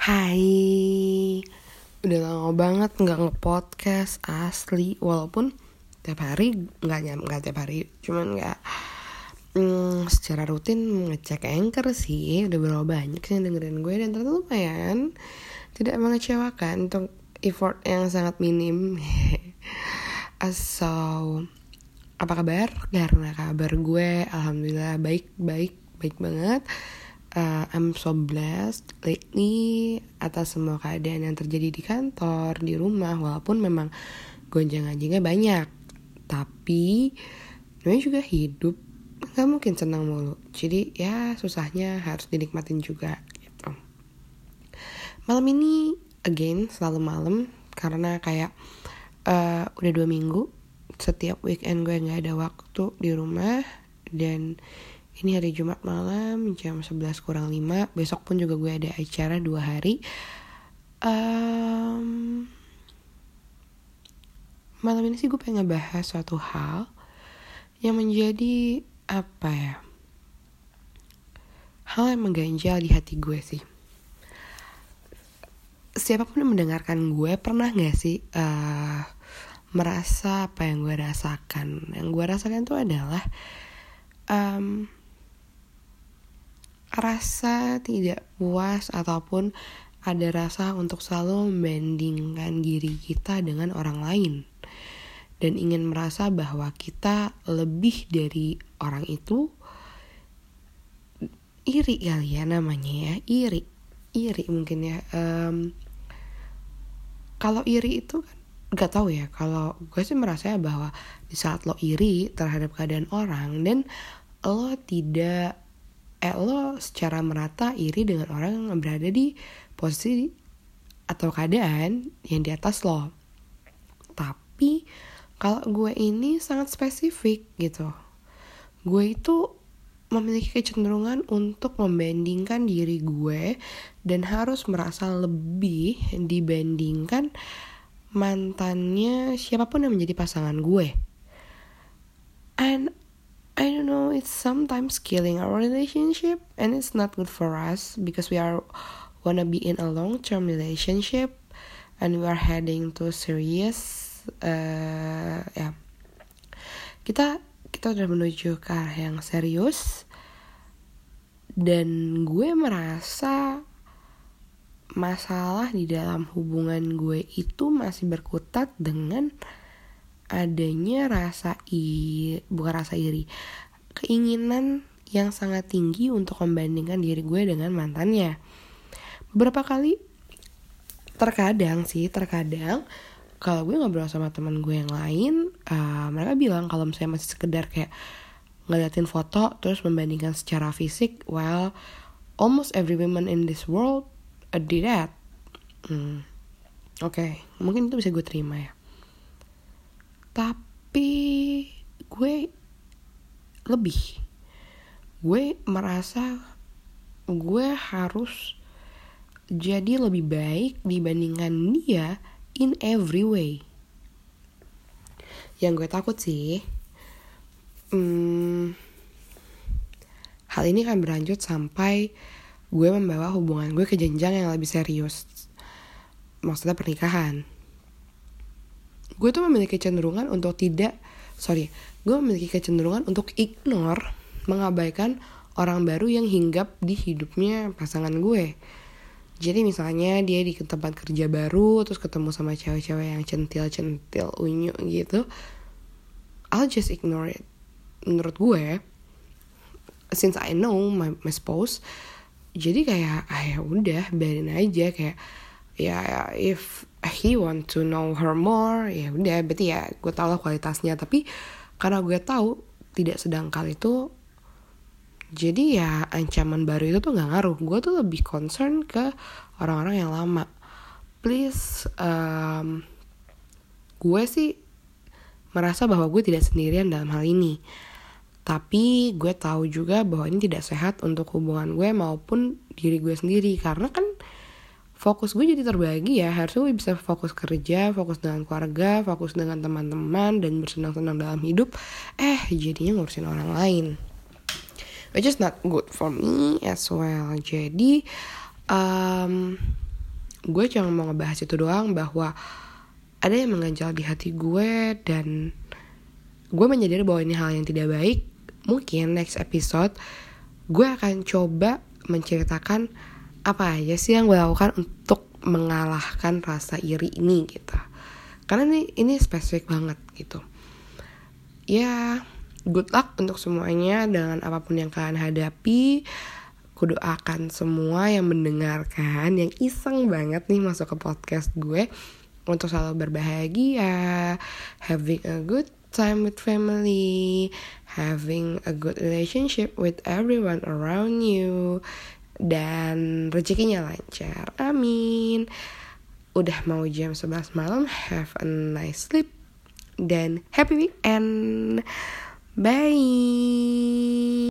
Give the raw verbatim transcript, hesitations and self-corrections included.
Hai, udah lama banget nggak nge-podcast asli. Walaupun tiap hari nggak nyam nggak tiap hari, cuman nggak hmm, secara rutin ngecek Anchor sih. Udah berapa banyak sih yang dengerin gue dan ternyata lumayan tidak mengecewakan untuk effort yang sangat minim. So, apa kabar? Karena kabar gue alhamdulillah baik baik baik banget. Uh, I'm so blessed lately atas semua keadaan yang terjadi di kantor, di rumah. Walaupun memang gonjang-ganjingnya banyak, tapi namanya juga hidup, gak mungkin senang mulu. Jadi ya susahnya harus dinikmatin juga gitu. Malam ini again selalu malam, karena kayak uh, udah dua minggu setiap weekend gue gak ada waktu di rumah. Dan ini hari Jumat malam jam sebelas kurang lima. Besok pun juga gue ada acara dua hari. um, Malam ini sih gue pengen ngebahas suatu hal yang menjadi apa ya, hal yang mengganjal di hati gue sih. Siapapun yang mendengarkan gue, pernah gak sih uh, merasa apa yang gue rasakan? Yang gue rasakan itu adalah um, rasa tidak puas ataupun ada rasa untuk selalu membandingkan diri kita dengan orang lain, dan ingin merasa bahwa kita lebih dari orang itu. Iri kali ya namanya ya, iri iri mungkin ya. Um, kalau iri itu kan gak tahu ya, kalau gue sih merasa bahwa di saat lo iri terhadap keadaan orang dan lo tidak Eh lo secara merata iri dengan orang yang berada di posisi atau keadaan yang di atas lo. Tapi kalau gue ini sangat spesifik gitu. Gue itu memiliki kecenderungan untuk membandingkan diri gue dan harus merasa lebih dibandingkan mantannya siapapun yang menjadi pasangan gue. And I don't know, it's sometimes killing our relationship, and it's not good for us because we are wanna be in a long-term relationship and we are heading to serious. Uh, ya, kita kita udah menuju ke arah yang serius, dan gue merasa masalah di dalam hubungan gue itu masih berkutat dengan adanya rasa iri, bukan rasa iri, keinginan yang sangat tinggi untuk membandingkan diri gue dengan mantannya. Beberapa kali, terkadang sih, terkadang kalau gue ngobrol sama teman gue yang lain, uh, mereka bilang kalau misalnya masih sekedar kayak ngeliatin foto terus membandingkan secara fisik, well, almost every woman in this world uh, did that. Hmm. Oke, okay. Mungkin itu bisa gue terima ya. Tapi gue lebih, gue merasa gue harus jadi lebih baik dibandingkan dia in every way. Yang gue takut sih, hmm, hal ini akan berlanjut sampai gue membawa hubungan gue ke jenjang yang lebih serius, maksudnya pernikahan. Gue tuh memiliki kecenderungan untuk tidak, sorry, gue memiliki kecenderungan untuk ignore, mengabaikan orang baru yang hinggap di hidupnya pasangan gue. Jadi misalnya dia di tempat kerja baru, terus ketemu sama cewek-cewek yang centil-centil, unyu gitu, I'll just ignore it. Menurut gue, since I know my, my spouse, jadi kayak, ah ya udah, biarin aja kayak, ya if he want to know her more, ya udah, berarti ya gue tahu lah kualitasnya. Tapi karena gue tahu tidak sedangkal itu, jadi ya ancaman baru itu tuh gak ngaruh. Gue tuh lebih concern ke orang-orang yang lama. Please, um, gue sih merasa bahwa gue tidak sendirian dalam hal ini. Tapi gue tahu juga bahwa ini tidak sehat untuk hubungan gue maupun diri gue sendiri. Karena kan fokus gue jadi terbagi ya. Harusnya gue bisa fokus kerja, fokus dengan keluarga, fokus dengan teman-teman, dan bersenang-senang dalam hidup. Eh jadinya ngurusin orang lain, which is not good for me as well. Jadi um, gue cuma mau ngebahas itu doang, bahwa ada yang mengganjal di hati gue dan gue menyadari bahwa ini hal yang tidak baik. Mungkin next episode gue akan coba menceritakan apa aja sih yang gue lakukan untuk mengalahkan rasa iri ini gitu. Karena ini ini spesifik banget gitu. Ya, good luck untuk semuanya dengan apapun yang kalian hadapi. Kudoakan semua yang mendengarkan, yang iseng banget nih masuk ke podcast gue, untuk selalu berbahagia, having a good time with family, having a good relationship with everyone around you, dan rezekinya lancar. Amin. Udah mau jam sebelas malam, have a nice sleep dan happy weekend. Bye.